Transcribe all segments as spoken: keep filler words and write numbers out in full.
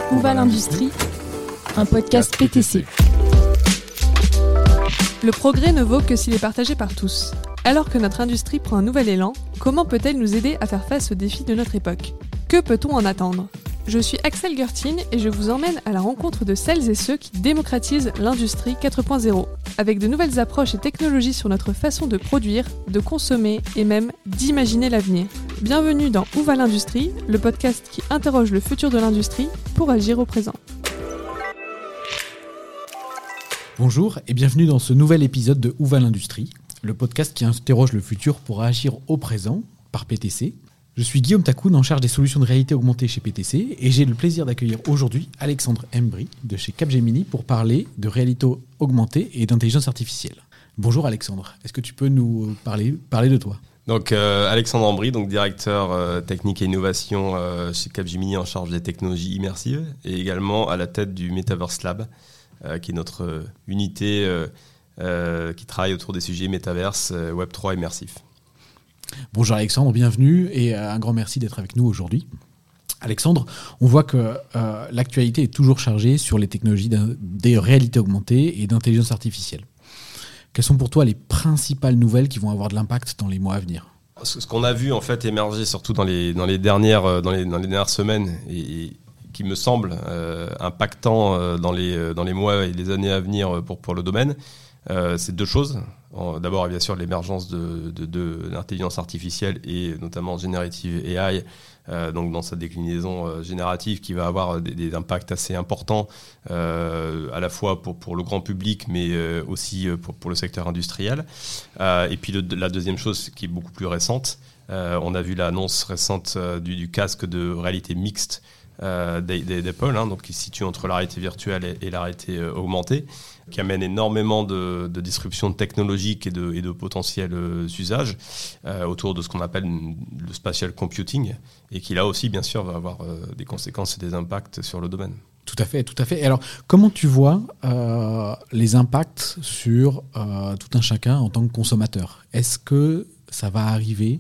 Où va l'industrie ? Un podcast P T C. Le progrès ne vaut que s'il est partagé par tous. Alors que notre industrie prend un nouvel élan, comment peut-elle nous aider à faire face aux défis de notre époque ? Que peut-on en attendre ? Je suis Axel Gertin et je vous emmène à la rencontre de celles et ceux qui démocratisent l'industrie quatre point zéro, avec de nouvelles approches et technologies sur notre façon de produire, de consommer et même d'imaginer l'avenir. Bienvenue dans Où va l'industrie, le podcast qui interroge le futur de l'industrie pour agir au présent. Bonjour et bienvenue dans ce nouvel épisode de Où va l'industrie, le podcast qui interroge le futur pour agir au présent par P T C. Je suis Guillaume Takoun, en charge des solutions de réalité augmentée chez P T C et j'ai le plaisir d'accueillir aujourd'hui Alexandre Embry de chez Capgemini pour parler de réalité augmentée et d'intelligence artificielle. Bonjour Alexandre, est-ce que tu peux nous parler, parler de toi ? Donc euh, Alexandre Embry, donc directeur euh, technique et innovation euh, chez Capgemini en charge des technologies immersives et également à la tête du Metaverse Lab, euh, qui est notre euh, unité euh, euh, qui travaille autour des sujets Metaverse, euh, web trois immersif. Bonjour Alexandre, bienvenue et un grand merci d'être avec nous aujourd'hui. Alexandre, on voit que euh, l'actualité est toujours chargée sur les technologies des réalités augmentées et d'intelligence artificielle. Quelles sont pour toi les principales nouvelles qui vont avoir de l'impact dans les mois à venir ? Ce qu'on a vu en fait émerger surtout dans les, dans les, dernières, dans les, dans les dernières semaines et, et qui me semble euh, impactant euh, dans, les, dans les mois et les années à venir pour, pour le domaine, euh, c'est deux choses. D'abord, bien sûr, l'émergence de, de, de l'intelligence artificielle et notamment générative A I, euh, donc dans sa déclinaison euh, générative qui va avoir des, des impacts assez importants euh, à la fois pour, pour le grand public mais euh, aussi pour, pour le secteur industriel. Euh, et puis le, la deuxième chose qui est beaucoup plus récente, euh, on a vu l'annonce récente euh, du, du casque de réalité mixte euh, d'Apple, hein, donc qui se situe entre la réalité virtuelle et, et la réalité euh, augmentée, qui amène énormément de, de disruptions technologiques et de, et de potentiels euh, usages euh, autour de ce qu'on appelle le spatial computing et qui là aussi bien sûr va avoir euh, des conséquences et des impacts sur le domaine. Tout à fait, tout à fait. Et alors, comment tu vois euh, les impacts sur euh, tout un chacun en tant que consommateur ? Est-ce que ça va arriver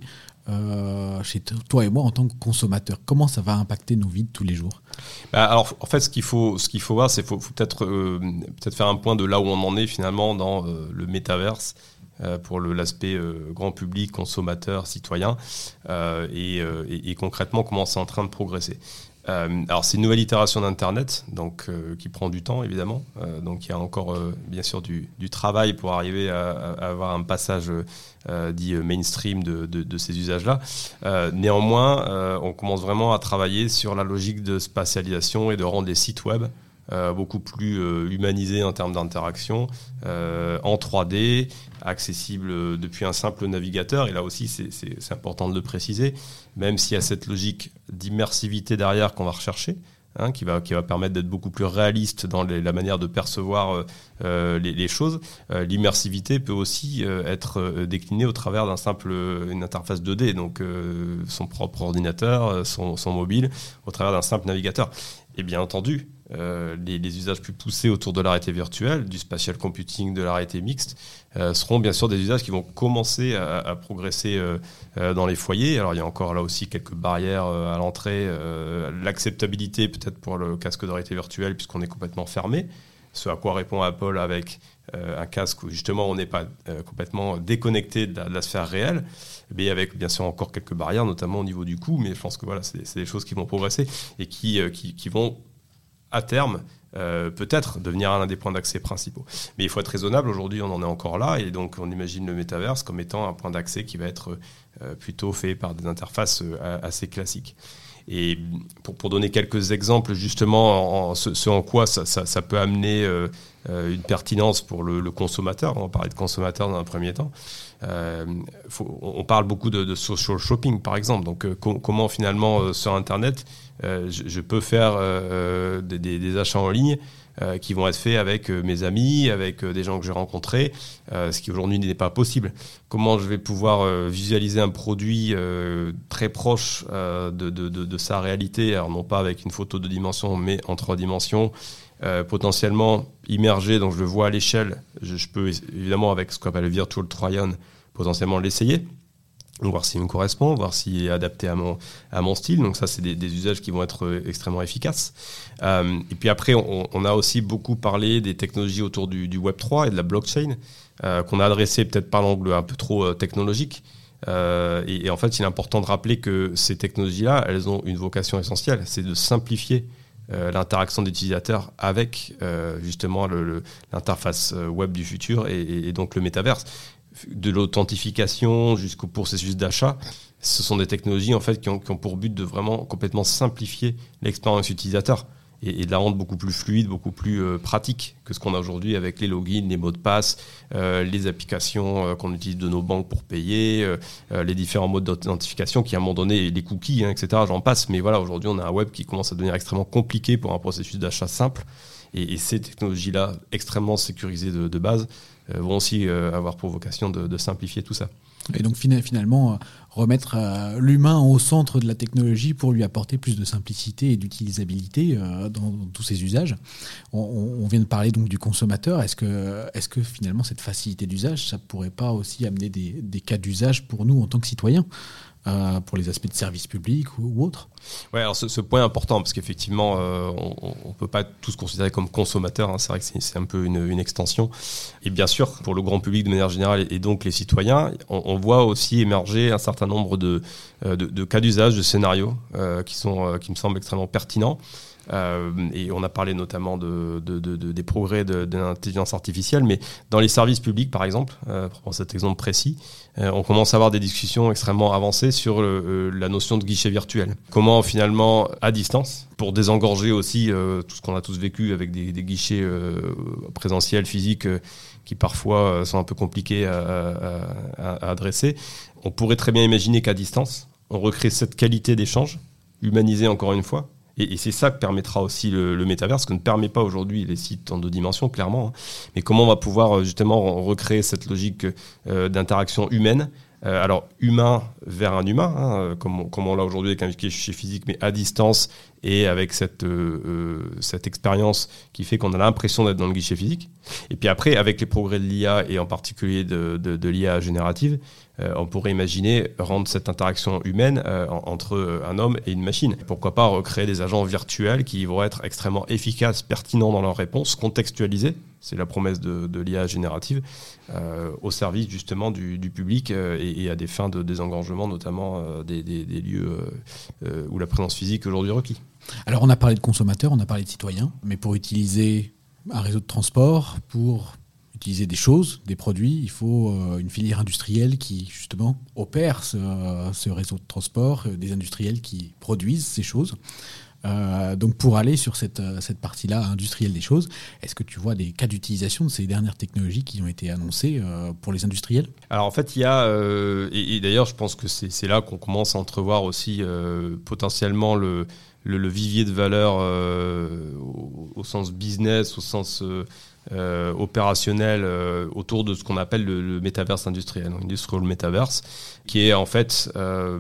Euh, chez toi et moi en tant que consommateur, comment ça va impacter nos vies de tous les jours ? Bah alors en fait ce qu'il faut ce qu'il faut voir c'est faut, faut peut-être euh, peut-être faire un point de là où on en est finalement dans euh, le métaverse euh, pour le, l'aspect euh, grand public, consommateur, citoyen euh, et, euh, et, et concrètement comment c'est en train de progresser. Euh, alors c'est une nouvelle itération d'Internet donc euh, qui prend du temps évidemment euh, donc il y a encore euh, bien sûr du, du travail pour arriver à, à avoir un passage euh, dit mainstream de, de, de ces usages là. Euh, néanmoins euh, on commence vraiment à travailler sur la logique de spatialisation et de rendre les sites web Euh, beaucoup plus euh, humanisé en termes d'interaction, euh, en trois D, accessible euh, depuis un simple navigateur. Et là aussi, c'est, c'est, c'est important de le préciser, même s'il y a cette logique d'immersivité derrière qu'on va rechercher, hein, qui va, qui va permettre d'être beaucoup plus réaliste dans les, la manière de percevoir euh, les, les choses. Euh, l'immersivité peut aussi euh, être euh, déclinée au travers d'un simple, une interface deux D, donc euh, son propre ordinateur, son, son mobile, au travers d'un simple navigateur. Et bien entendu, Euh, les, les usages plus poussés autour de la réalité virtuelle, du spatial computing, de la réalité mixte, euh, seront bien sûr des usages qui vont commencer à, à progresser euh, euh, dans les foyers. Alors il y a encore là aussi quelques barrières euh, à l'entrée, euh, l'acceptabilité peut-être pour le casque de réalité virtuelle puisqu'on est complètement fermé, ce à quoi répond Apple avec euh, un casque où justement on n'est pas euh, complètement déconnecté de la, de la sphère réelle, mais avec bien sûr encore quelques barrières, notamment au niveau du coût, mais je pense que voilà, c'est, c'est des choses qui vont progresser et qui, euh, qui, qui vont à terme, euh, peut-être devenir un des points d'accès principaux. Mais il faut être raisonnable, aujourd'hui on en est encore là, et donc on imagine le métaverse comme étant un point d'accès qui va être euh, plutôt fait par des interfaces euh, assez classiques. Et pour, pour donner quelques exemples justement, en, en, ce, ce en quoi ça, ça, ça peut amener euh, euh, une pertinence pour le, le consommateur, on va parler de consommateur dans un premier temps, euh, faut, on parle beaucoup de, de social shopping par exemple, donc euh, com- comment finalement euh, sur Internet euh, je, je peux faire euh, des, des, des achats en ligne euh, qui vont être faits avec euh, mes amis, avec euh, des gens que j'ai rencontrés, euh, ce qui aujourd'hui n'est pas possible. Comment je vais pouvoir euh, visualiser un produit euh, très proche euh, de, de, de, de sa réalité, alors non pas avec une photo de dimension, mais en trois dimensions, euh, potentiellement immergé, donc je le vois à l'échelle. Je, je peux évidemment avec ce qu'on appelle le virtual try-on potentiellement l'essayer. Donc, voir s'il me correspond, voir s'il est adapté à mon, à mon style. Donc ça, c'est des, des usages qui vont être extrêmement efficaces. Euh, et puis après, on, on a aussi beaucoup parlé des technologies autour du, du web trois et de la blockchain, euh, qu'on a adressé peut-être par l'angle un peu trop euh, technologique. Euh, et, et en fait, il est important de rappeler que ces technologies-là, elles ont une vocation essentielle, c'est de simplifier euh, l'interaction d'utilisateurs avec euh, justement le, le, l'interface web du futur et, et, et donc le métaverse. De l'authentification jusqu'au processus d'achat, ce sont des technologies en fait qui ont, qui ont pour but de vraiment complètement simplifier l'expérience utilisateur et, et de la rendre beaucoup plus fluide, beaucoup plus euh, pratique que ce qu'on a aujourd'hui avec les logins, les mots de passe, euh, les applications euh, qu'on utilise de nos banques pour payer, euh, les différents modes d'authentification qui à un moment donné, les cookies, hein, et cetera. J'en passe, mais voilà, aujourd'hui on a un web qui commence à devenir extrêmement compliqué pour un processus d'achat simple et, et ces technologies-là extrêmement sécurisées de, de base vont aussi euh, avoir pour vocation de, de simplifier tout ça. Et donc finalement, euh, remettre euh, l'humain au centre de la technologie pour lui apporter plus de simplicité et d'utilisabilité euh, dans, dans tous ses usages. On, on vient de parler donc du consommateur. Est-ce que, est-ce que finalement cette facilité d'usage, ça ne pourrait pas aussi amener des, des cas d'usage pour nous en tant que citoyens ? Euh, pour les aspects de service public ou, ou autre. Ouais, alors ce, ce point est important parce qu'effectivement, euh, on ne peut pas tous se considérer comme consommateurs. Hein, c'est vrai que c'est, c'est un peu une, une extension. Et bien sûr, pour le grand public de manière générale et, et donc les citoyens, on, on voit aussi émerger un certain nombre de, de, de cas d'usage, de scénarios euh, qui, sont, euh, qui me semblent extrêmement pertinents. Euh, et on a parlé notamment de, de, de, de, des progrès de, de l'intelligence artificielle, mais dans les services publics, par exemple, euh, pour prendre cet exemple précis, euh, on commence à avoir des discussions extrêmement avancées sur le, euh, la notion de guichet virtuel. Comment finalement, à distance, pour désengorger aussi euh, tout ce qu'on a tous vécu avec des, des guichets euh, présentiels, physiques, euh, qui parfois euh, sont un peu compliqués à, à, à, à adresser, on pourrait très bien imaginer qu'à distance, on recrée cette qualité d'échange, humanisée encore une fois. Et, et c'est ça que permettra aussi le, le métaverse, que ne permet pas aujourd'hui les sites en deux dimensions, clairement. Hein. Mais comment on va pouvoir justement recréer cette logique euh, d'interaction humaine, euh, alors humain vers un humain, hein, comme, on, comme on l'a aujourd'hui avec un guichet physique, mais à distance et avec cette, euh, euh, cette expérience qui fait qu'on a l'impression d'être dans le guichet physique. Et puis après, avec les progrès de l'I A et en particulier de, de, de l'I A générative, Euh, on pourrait imaginer rendre cette interaction humaine euh, entre un homme et une machine. Pourquoi pas recréer des agents virtuels qui vont être extrêmement efficaces, pertinents dans leurs réponses, contextualisés, c'est la promesse de, de l'I A générative, euh, au service justement du, du public euh, et, et à des fins de désengorgement, notamment euh, des, des, des lieux euh, où la présence physique est aujourd'hui requise. Alors on a parlé de consommateurs, on a parlé de citoyens, mais pour utiliser un réseau de transport, pour utiliser des choses, des produits, il faut euh, une filière industrielle qui justement opère ce, euh, ce réseau de transport, euh, des industriels qui produisent ces choses. Euh, donc pour aller sur cette, cette partie-là industrielle des choses, est-ce que tu vois des cas d'utilisation de ces dernières technologies qui ont été annoncées euh, pour les industriels ? Alors en fait, il y a, euh, et, et d'ailleurs je pense que c'est, c'est là qu'on commence à entrevoir aussi euh, potentiellement le, le, le vivier de valeur euh, au, au sens business, au sens euh, euh, opérationnel euh, autour de ce qu'on appelle le, le métaverse industriel, donc industrial metaverse, qui est en fait euh,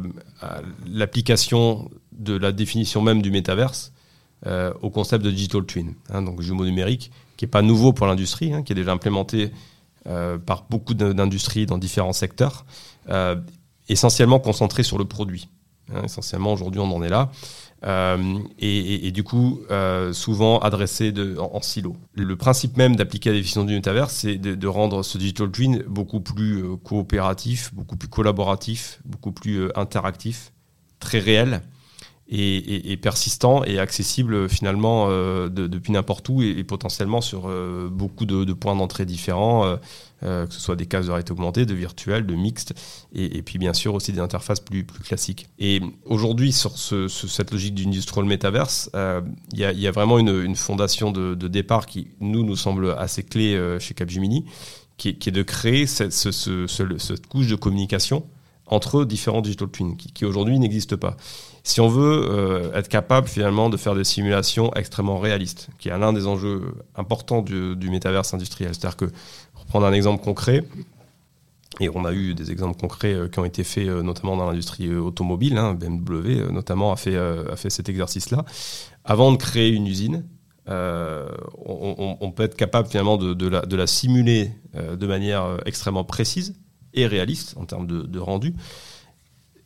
l'application de la définition même du métaverse euh, au concept de digital twin, hein, donc jumeau numérique, qui n'est pas nouveau pour l'industrie, hein, qui est déjà implémenté euh, par beaucoup d'industries dans différents secteurs, euh, essentiellement concentré sur le produit. Hein, essentiellement, aujourd'hui, on en est là. Euh, et, et, et du coup, euh, souvent adressé de, en, en silo. Le principe même d'appliquer la définition du métaverse, c'est de, de rendre ce digital twin beaucoup plus euh, coopératif, beaucoup plus collaboratif, beaucoup plus euh, interactif, très réel. Et, et, et persistant et accessible finalement euh, de, depuis n'importe où et, et potentiellement sur euh, beaucoup de, de points d'entrée différents, euh, euh, que ce soit des cases de réalité augmentée, de virtuel, de mixte, et, et puis bien sûr aussi des interfaces plus, plus classiques. Et aujourd'hui, sur ce, ce, cette logique d'Industrial Metaverse, il euh, y, a, y a vraiment une, une fondation de, de départ qui, nous, nous semble assez clé euh, chez Capgemini, qui, qui est de créer cette, ce, ce, ce, cette couche de communication entre différents digital twins, qui, qui aujourd'hui n'existent pas. Si on veut euh, être capable finalement de faire des simulations extrêmement réalistes, qui est l'un des enjeux importants du, du métaverse industriel, c'est-à-dire que, pour prendre un exemple concret, et on a eu des exemples concrets euh, qui ont été faits euh, notamment dans l'industrie euh, automobile, hein, B M W euh, notamment a fait, euh, a fait cet exercice-là, avant de créer une usine, euh, on, on, on peut être capable finalement de, de, la, de la simuler euh, de manière extrêmement précise et réaliste en termes de, de rendu.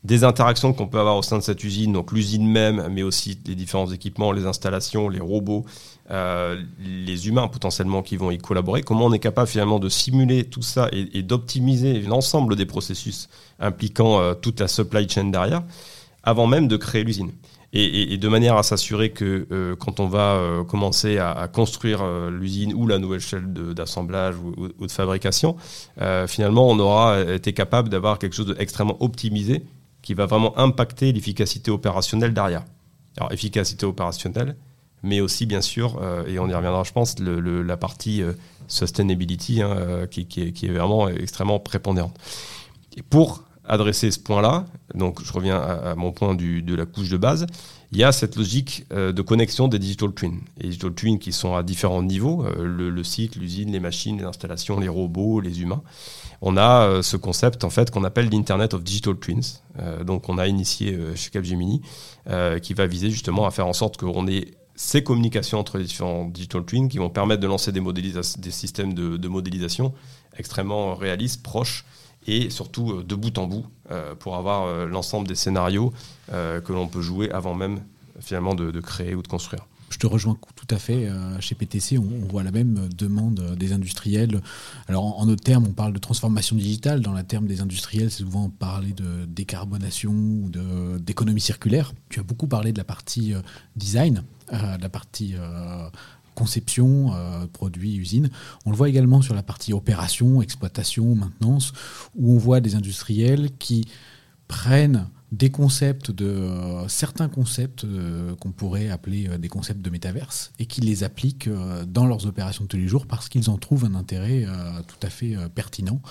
des interactions qu'on peut avoir au sein de cette usine, donc l'usine même, mais aussi les différents équipements, les installations, les robots, euh, les humains potentiellement qui vont y collaborer. Comment on est capable finalement de simuler tout ça et, et d'optimiser l'ensemble des processus impliquant euh, toute la supply chain derrière, avant même de créer l'usine. Et, et, et de manière à s'assurer que euh, quand on va euh, commencer à, à construire euh, l'usine ou la nouvelle chaîne de, d'assemblage ou, ou de fabrication, euh, finalement on aura été capable d'avoir quelque chose d'extrêmement optimisé qui va vraiment impacter l'efficacité opérationnelle derrière. Alors efficacité opérationnelle, mais aussi bien sûr, euh, et on y reviendra je pense, le, le, la partie euh, sustainability hein, euh, qui, qui, est, qui est vraiment extrêmement prépondérante. Et pour adresser ce point-là, donc je reviens à, à mon point du, de la couche de base, il y a cette logique euh, de connexion des digital twins. Les digital twins qui sont à différents niveaux, euh, le, le site, l'usine, les machines, les installations, les robots, les humains. On a euh, ce concept en fait qu'on appelle l'Internet of Digital Twins. Euh, donc on a initié euh, chez Capgemini euh, qui va viser justement à faire en sorte qu'on ait ces communications entre les différents digital twins qui vont permettre de lancer des, modélisa- des systèmes de, de modélisation extrêmement réalistes, proches, et surtout euh, de bout en bout euh, pour avoir euh, l'ensemble des scénarios euh, que l'on peut jouer avant même finalement de, de créer ou de construire. Je te rejoins tout à fait. Euh, chez P T C, on, on voit la même demande des industriels. Alors en, en autres termes, on parle de transformation digitale. Dans la terme des industriels, c'est souvent parler de décarbonation ou de, d'économie circulaire. Tu as beaucoup parlé de la partie euh, design, euh, de la partie euh, conception, euh, produits, usines. On le voit également sur la partie opération, exploitation, maintenance, où on voit des industriels qui prennent des concepts de euh, certains concepts euh, qu'on pourrait appeler euh, des concepts de métaverse et qui les appliquent euh, dans leurs opérations de tous les jours parce qu'ils en trouvent un intérêt euh, tout à fait euh, pertinent.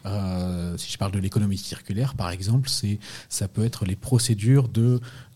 Euh, si je parle de l'économie circulaire, par exemple, c'est, ça peut être les procédures de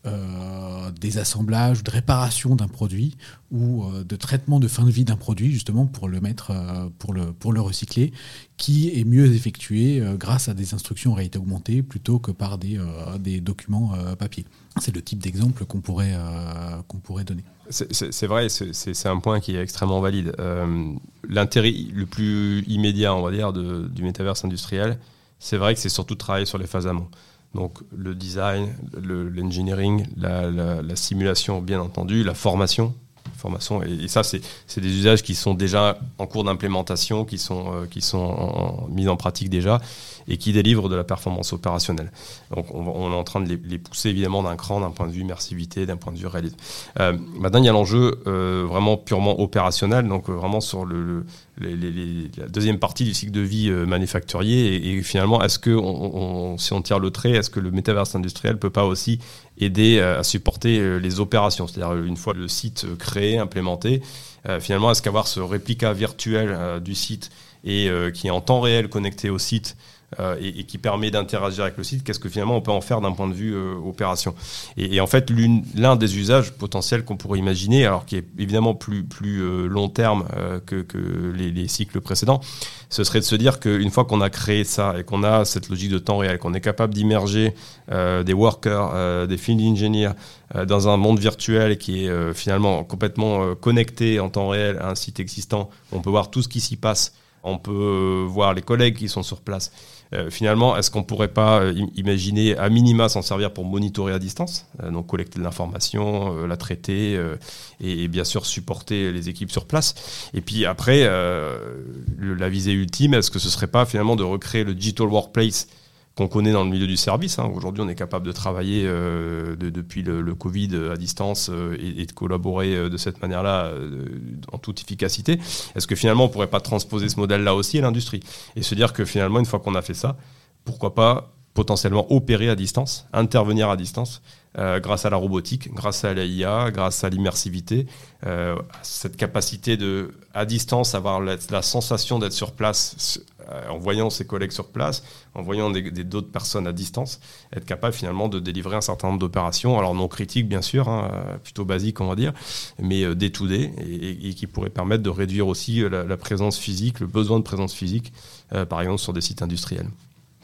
euh, des assemblages, de réparation d'un produit ou euh, de traitement de fin de vie d'un produit, justement pour le mettre, euh, pour le pour le recycler, qui est mieux effectué euh, grâce à des instructions en réalité augmentée plutôt que par des euh, des documents euh, papier. C'est le type d'exemple qu'on pourrait euh, qu'on pourrait donner. C'est, c'est, c'est vrai, c'est, c'est, c'est un point qui est extrêmement valide. Euh, l'intérêt le plus immédiat, on va dire, de, du métaverse industriel, c'est vrai que c'est surtout de travailler sur les phases amont. Donc le design, le, l'engineering, la, la, la simulation, bien entendu, la formation. formation et, et ça, c'est, c'est des usages qui sont déjà en cours d'implémentation, qui sont, euh, qui sont en, en, mis en pratique déjà et qui délivrent de la performance opérationnelle. Donc on, on est en train de les, les pousser évidemment d'un cran, d'un point de vue immersivité, d'un point de vue réalisme. Euh, maintenant, il y a l'enjeu euh, vraiment purement opérationnel, donc euh, vraiment sur le, le, les, les, les, la deuxième partie du cycle de vie euh, manufacturier et, et finalement, est-ce que on, on, si on tire le trait, est-ce que le métaverse industriel peut pas aussi aider à supporter les opérations, c'est-à-dire une fois le site créé, implémenté, euh, finalement, est-ce qu'avoir ce réplica virtuel euh, du site et euh, qui est en temps réel connecté au site euh, et, et qui permet d'interagir avec le site, qu'est-ce que finalement on peut en faire d'un point de vue euh, opération et, et en fait, l'une, l'un des usages potentiels qu'on pourrait imaginer, alors qui est évidemment plus, plus euh, long terme euh, que, que les, les cycles précédents, ce serait de se dire qu'une fois qu'on a créé ça et qu'on a cette logique de temps réel, qu'on est capable d'immerger euh, des workers, euh, des field engineers euh, dans un monde virtuel qui est euh, finalement complètement euh, connecté en temps réel à un site existant, on peut voir tout ce qui s'y passe, on peut euh, voir les collègues qui sont sur place. Euh, finalement, est-ce qu'on ne pourrait pas euh, imaginer à minima s'en servir pour monitorer à distance, euh, donc collecter de l'information, euh, la traiter euh, et, et bien sûr supporter les équipes sur place. Et puis après, euh, le, la visée ultime, est-ce que ce ne serait pas finalement de recréer le digital workplace qu'on connaît dans le milieu du service, hein. Aujourd'hui, on est capable de travailler euh, de, depuis le, le Covid à distance euh, et, et de collaborer euh, de cette manière-là euh, en toute efficacité. Est-ce que finalement, on ne pourrait pas transposer ce modèle-là aussi à l'industrie et se dire que finalement, une fois qu'on a fait ça, pourquoi pas potentiellement opérer à distance, intervenir à distance, euh, grâce à la robotique, grâce à l'A I A, grâce à l'immersivité, euh, cette capacité de, à distance, avoir la, la sensation d'être sur place, euh, en voyant ses collègues sur place, en voyant des, des, d'autres personnes à distance, être capable finalement de délivrer un certain nombre d'opérations, alors non critiques bien sûr, hein, plutôt basiques on va dire, mais euh, day-to-day, et, et, et qui pourraient permettre de réduire aussi la, la présence physique, le besoin de présence physique, euh, par exemple sur des sites industriels.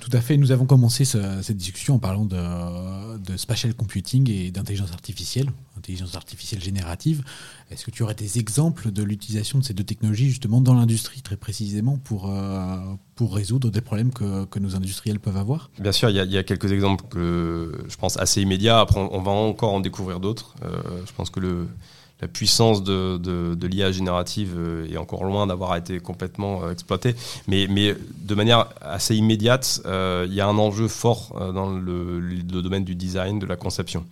Tout à fait. Nous avons commencé ce, cette discussion en parlant de, de spatial computing et d'intelligence artificielle, intelligence artificielle générative. Est-ce que tu aurais des exemples de l'utilisation de ces deux technologies justement dans l'industrie très précisément pour, euh, pour résoudre des problèmes que, que nos industriels peuvent avoir ? Bien sûr, il y, a, il y a quelques exemples que je pense assez immédiats. Après, on, on va encore en découvrir d'autres. Euh, je pense que le... La puissance de, de, de l'I A générative est encore loin d'avoir été complètement exploitée. Mais, mais de manière assez immédiate, euh, il y a un enjeu fort dans le, le domaine du design, de la conception.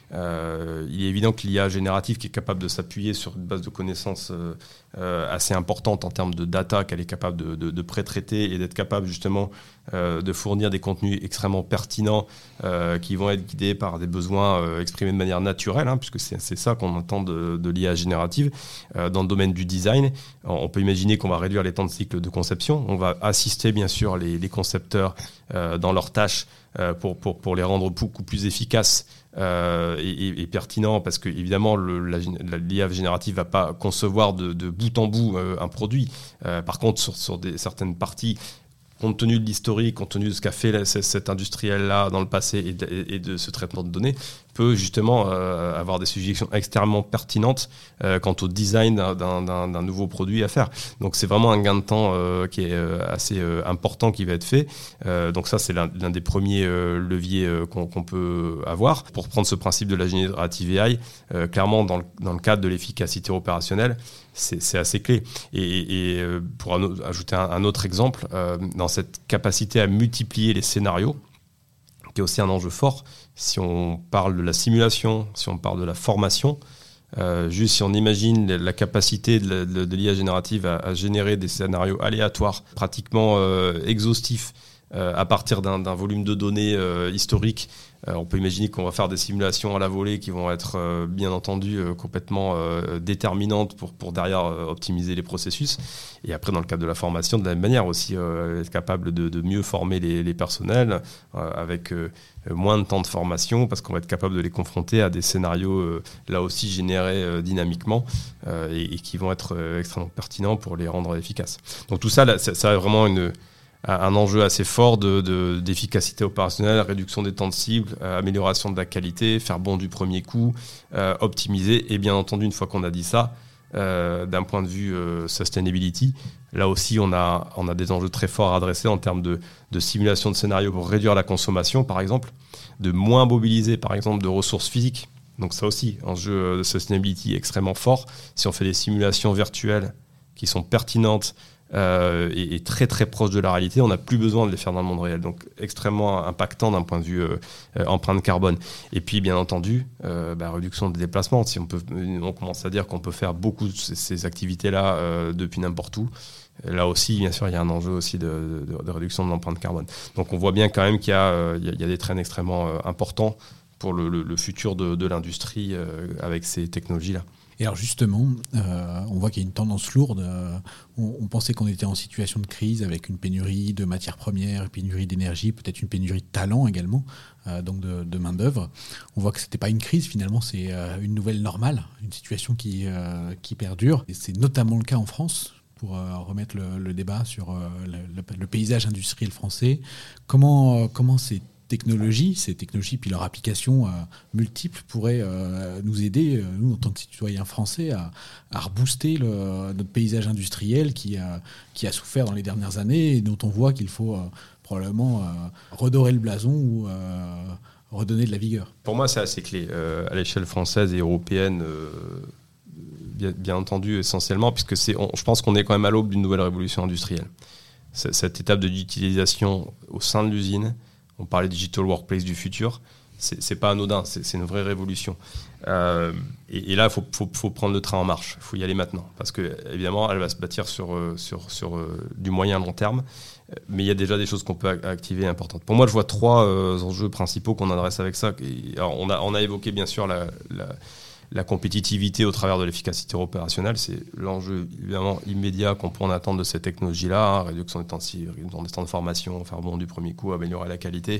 Euh, il est évident que l'I A générative qui est capable de s'appuyer sur une base de connaissances euh, euh, assez importante en termes de data qu'elle est capable de, de, de pré-traiter et d'être capable justement euh, de fournir des contenus extrêmement pertinents euh, qui vont être guidés par des besoins euh, exprimés de manière naturelle, hein, puisque c'est, c'est ça qu'on entend de, de l'I A générative. Euh, dans le domaine du design, on peut imaginer qu'on va réduire les temps de cycle de conception. On va assister bien sûr les, les concepteurs euh, dans leurs tâches euh, pour, pour, pour les rendre beaucoup plus efficaces Euh, et, et, et pertinent, parce que évidemment le, la, la, l'I A générative va pas concevoir de, de bout en bout euh, un produit. Euh, par contre, sur, sur des, certaines parties, compte tenu de l'historique, compte tenu de ce qu'a fait la, cet industriel-là dans le passé et de, et de ce traitement de données, peut justement euh, avoir des suggestions extrêmement pertinentes euh, quant au design d'un, d'un, d'un nouveau produit à faire. Donc c'est vraiment un gain de temps euh, qui est euh, assez euh, important qui va être fait. Euh, donc ça, c'est l'un, l'un des premiers euh, leviers euh, qu'on, qu'on peut avoir. Pour prendre ce principe de la générative A I, euh, clairement, dans le, dans le cadre de l'efficacité opérationnelle, c'est, c'est assez clé. Et, et euh, pour un, ajouter un, un autre exemple, euh, dans cette capacité à multiplier les scénarios, qui est aussi un enjeu fort, si on parle de la simulation, si on parle de la formation, euh, juste si on imagine la capacité de, la, de, de l'I A générative à, à générer des scénarios aléatoires, pratiquement euh, exhaustifs, euh, à partir d'un, d'un volume de données euh, historique, euh, on peut imaginer qu'on va faire des simulations à la volée qui vont être euh, bien entendu euh, complètement euh, déterminantes pour, pour derrière euh, optimiser les processus. Et après, dans le cadre de la formation, de la même manière aussi, euh, être capable de, de mieux former les, les personnels euh, avec euh, moins de temps de formation, parce qu'on va être capable de les confronter à des scénarios euh, là aussi générés euh, dynamiquement euh, et, et qui vont être euh, extrêmement pertinents pour les rendre efficaces. Donc tout ça, là, ça, ça a vraiment une... un enjeu assez fort de, de, d'efficacité opérationnelle, réduction des temps de cible, euh, amélioration de la qualité, faire bon du premier coup, euh, optimiser. Et bien entendu, une fois qu'on a dit ça, euh, d'un point de vue euh, sustainability, là aussi, on a, on a des enjeux très forts à adresser en termes de, de simulation de scénarios pour réduire la consommation, par exemple, de moins mobiliser, par exemple, de ressources physiques. Donc ça aussi, enjeu de sustainability extrêmement fort. Si on fait des simulations virtuelles qui sont pertinentes, Euh, et, et très très proche de la réalité, on n'a plus besoin de les faire dans le monde réel, donc extrêmement impactant d'un point de vue euh, euh, empreinte carbone. Et puis bien entendu, euh, bah, réduction des déplacements. Si on peut, on commence à dire qu'on peut faire beaucoup de ces, ces activités-là euh, depuis n'importe où. Là aussi, bien sûr, il y a un enjeu aussi de, de, de réduction de l'empreinte carbone. Donc on voit bien quand même qu'il y a, euh, il y a, il y a des trends extrêmement euh, importants pour le, le, le futur de, de l'industrie euh, avec ces technologies-là. Et alors justement, euh, on voit qu'il y a une tendance lourde. Euh, on, on pensait qu'on était en situation de crise avec une pénurie de matières premières, une pénurie d'énergie, peut-être une pénurie de talent également, euh, donc de, de main-d'œuvre. On voit que ce n'était pas une crise finalement, c'est euh, une nouvelle normale, une situation qui, euh, qui perdure. Et c'est notamment le cas en France, pour euh, remettre le, le débat sur euh, le, le, le paysage industriel français. Comment, euh, comment c'est technologies, ces technologies puis leurs applications euh, multiples pourraient euh, nous aider, euh, nous en tant que citoyens français, à, à rebooster le, notre paysage industriel qui a, qui a souffert dans les dernières années et dont on voit qu'il faut euh, probablement euh, redorer le blason ou euh, redonner de la vigueur. Pour moi, c'est assez clé euh, à l'échelle française et européenne, euh, bien, bien entendu essentiellement, puisque c'est, on, je pense qu'on est quand même à l'aube d'une nouvelle révolution industrielle. C'est, cette étape de l'utilisation au sein de l'usine, on parlait digital workplace du futur, c'est, c'est pas anodin, c'est, c'est une vraie révolution. Euh, et, et là, il faut, faut, faut prendre le train en marche, il faut y aller maintenant, parce que évidemment, elle va se bâtir sur, sur, sur euh, du moyen long terme, mais il y a déjà des choses qu'on peut activer importantes. Pour moi, je vois trois euh, enjeux principaux qu'on adresse avec ça. Et, alors, on, a, on a évoqué bien sûr la, la, la compétitivité au travers de l'efficacité opérationnelle, c'est l'enjeu évidemment immédiat qu'on peut en attendre de ces technologies-là, hein, réduction des temps de, réduction des temps de formation, faire bon du premier coup, améliorer la qualité.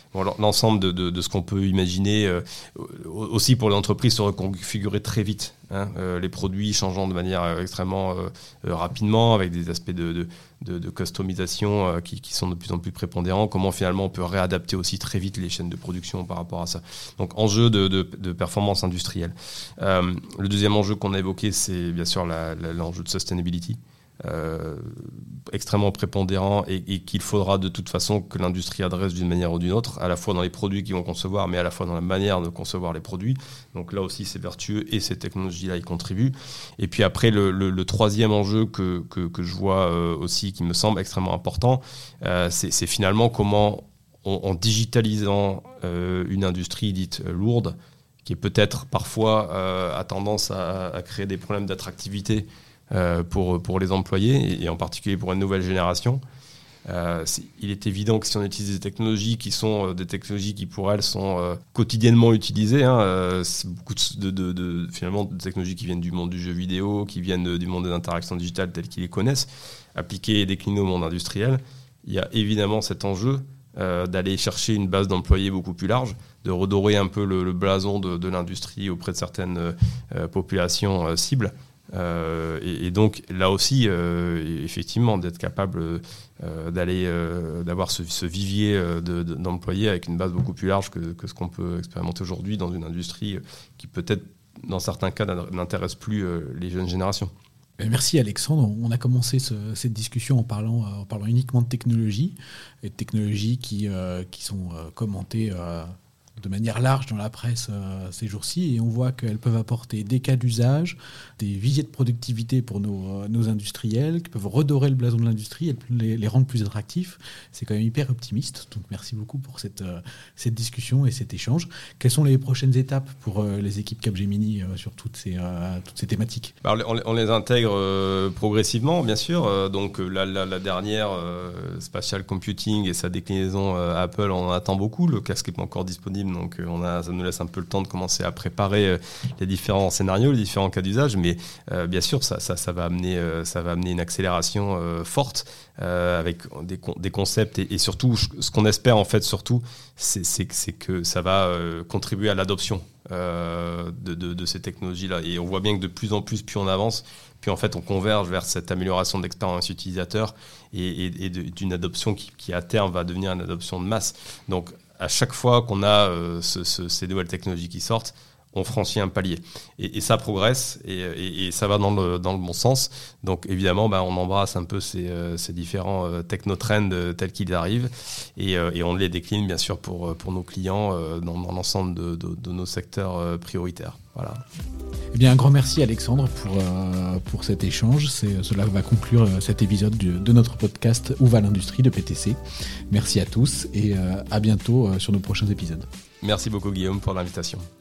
bon, l'ensemble de, de, de ce qu'on peut imaginer, euh, aussi pour les entreprises, se reconfigurer très vite. Hein, euh, les produits changeant de manière euh, extrêmement euh, euh, rapidement, avec des aspects de, de, de, de customisation euh, qui, qui sont de plus en plus prépondérants. Comment finalement on peut réadapter aussi très vite les chaînes de production par rapport à ça. Donc enjeu de, de, de performance industrielle. Euh, le deuxième enjeu qu'on a évoqué, c'est bien sûr la, la, l'enjeu de sustainability. Euh, extrêmement prépondérant et, et qu'il faudra de toute façon que l'industrie adresse d'une manière ou d'une autre, à la fois dans les produits qu'ils vont concevoir, mais à la fois dans la manière de concevoir les produits. Donc là aussi, c'est vertueux et ces technologies-là y contribuent. Et puis après, le, le, le troisième enjeu que, que, que je vois euh, aussi, qui me semble extrêmement important, euh, c'est, c'est finalement comment, on, en digitalisant euh, une industrie dite euh, lourde, qui est peut-être parfois euh, a tendance à, à créer des problèmes d'attractivité Euh, pour, pour les employés et, et en particulier pour une nouvelle génération. Euh, il est évident que si on utilise des technologies qui sont euh, des technologies qui pour elles sont euh, quotidiennement utilisées, hein, euh, c'est beaucoup de, de, de, finalement de technologies qui viennent du monde du jeu vidéo, qui viennent de, du monde des interactions digitales telles qu'ils les connaissent, appliquées et déclinées au monde industriel, il y a évidemment cet enjeu euh, d'aller chercher une base d'employés beaucoup plus large, de redorer un peu le, le blason de, de l'industrie auprès de certaines euh, populations euh, cibles. Euh, et, et donc là aussi, euh, effectivement, d'être capable euh, d'aller, euh, d'avoir ce, ce vivier de, de, d'employés avec une base beaucoup plus large que, que ce qu'on peut expérimenter aujourd'hui dans une industrie qui peut-être, dans certains cas, n'intéresse plus euh, les jeunes générations. Merci Alexandre. On a commencé ce, cette discussion en parlant, en parlant uniquement de technologies, et de technologies qui, euh, qui sont euh, commentées euh, de manière large dans la presse euh, ces jours-ci, et on voit qu'elles peuvent apporter des cas d'usage, des viviers de productivité pour nos, euh, nos industriels, qui peuvent redorer le blason de l'industrie et les, les rendre plus attractifs. C'est quand même hyper optimiste, donc merci beaucoup pour cette, euh, cette discussion et cet échange. Quelles sont les prochaines étapes pour euh, les équipes Capgemini euh, sur toutes ces, euh, toutes ces thématiques ? Alors, on, on les intègre euh, progressivement, bien sûr. Euh, donc la, la, la dernière, euh, Spatial Computing et sa déclinaison euh, Apple, on en attend beaucoup. Le casque n'est pas encore disponible, donc on a, ça nous laisse un peu le temps de commencer à préparer euh, les différents scénarios, les différents cas d'usage. Mais euh, bien sûr, ça, ça, ça, va amener, euh, ça va amener une accélération euh, forte euh, avec des, des concepts. Et, et surtout, ce qu'on espère en fait, surtout, c'est, c'est, c'est que ça va euh, contribuer à l'adoption euh, de, de, de ces technologies-là. Et on voit bien que de plus en plus, plus on avance, puis en fait on converge vers cette amélioration de l'expérience utilisateur et, et, et de, d'une adoption qui, qui à terme va devenir une adoption de masse. Donc à chaque fois qu'on a euh, ce, ce, ces nouvelles technologies qui sortent, on franchit un palier. Et, et ça progresse et, et, et ça va dans le, dans le bon sens. Donc évidemment, bah, on embrasse un peu ces, euh, ces différents euh, technotrends euh, tels qu'ils arrivent et, euh, et on les décline bien sûr pour, pour nos clients euh, dans, dans l'ensemble de, de, de nos secteurs euh, prioritaires. Voilà. Eh bien, un grand merci Alexandre pour, euh, pour cet échange. C'est, cela va conclure euh, cet épisode du, de notre podcast Où va l'industrie de P T C. Merci à tous et euh, à bientôt euh, sur nos prochains épisodes. Merci beaucoup Guillaume pour l'invitation.